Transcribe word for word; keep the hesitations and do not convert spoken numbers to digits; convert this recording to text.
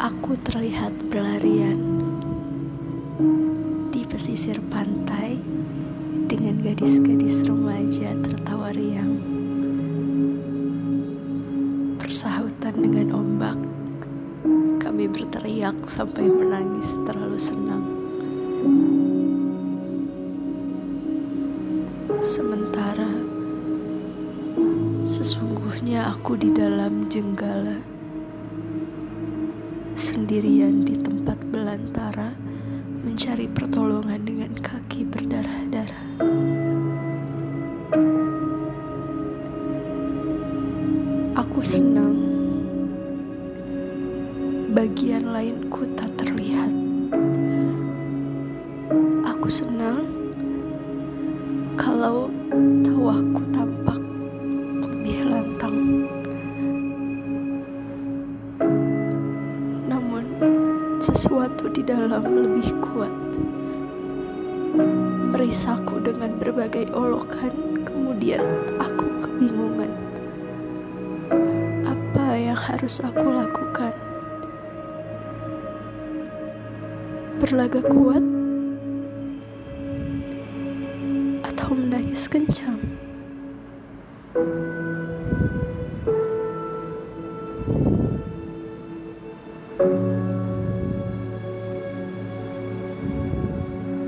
Aku terlihat berlarian di pesisir pantai dengan gadis-gadis remaja tertawa riang, bersahutan dengan ombak. Kami berteriak sampai menangis terlalu senang. Sementara sesungguhnya aku di dalam jenggala, sendirian di tempat belantara, mencari pertolongan dengan kaki berdarah-darah. Aku senang bagian lainku tak terlihat. Aku senang kalau tawaku tampak lebih lantang. Namun sesuatu di dalam lebih kuat merisaku dengan berbagai olokan. Kemudian aku kebingungan apa yang harus aku lakukan. Berlaga kuat atau menangis kencang?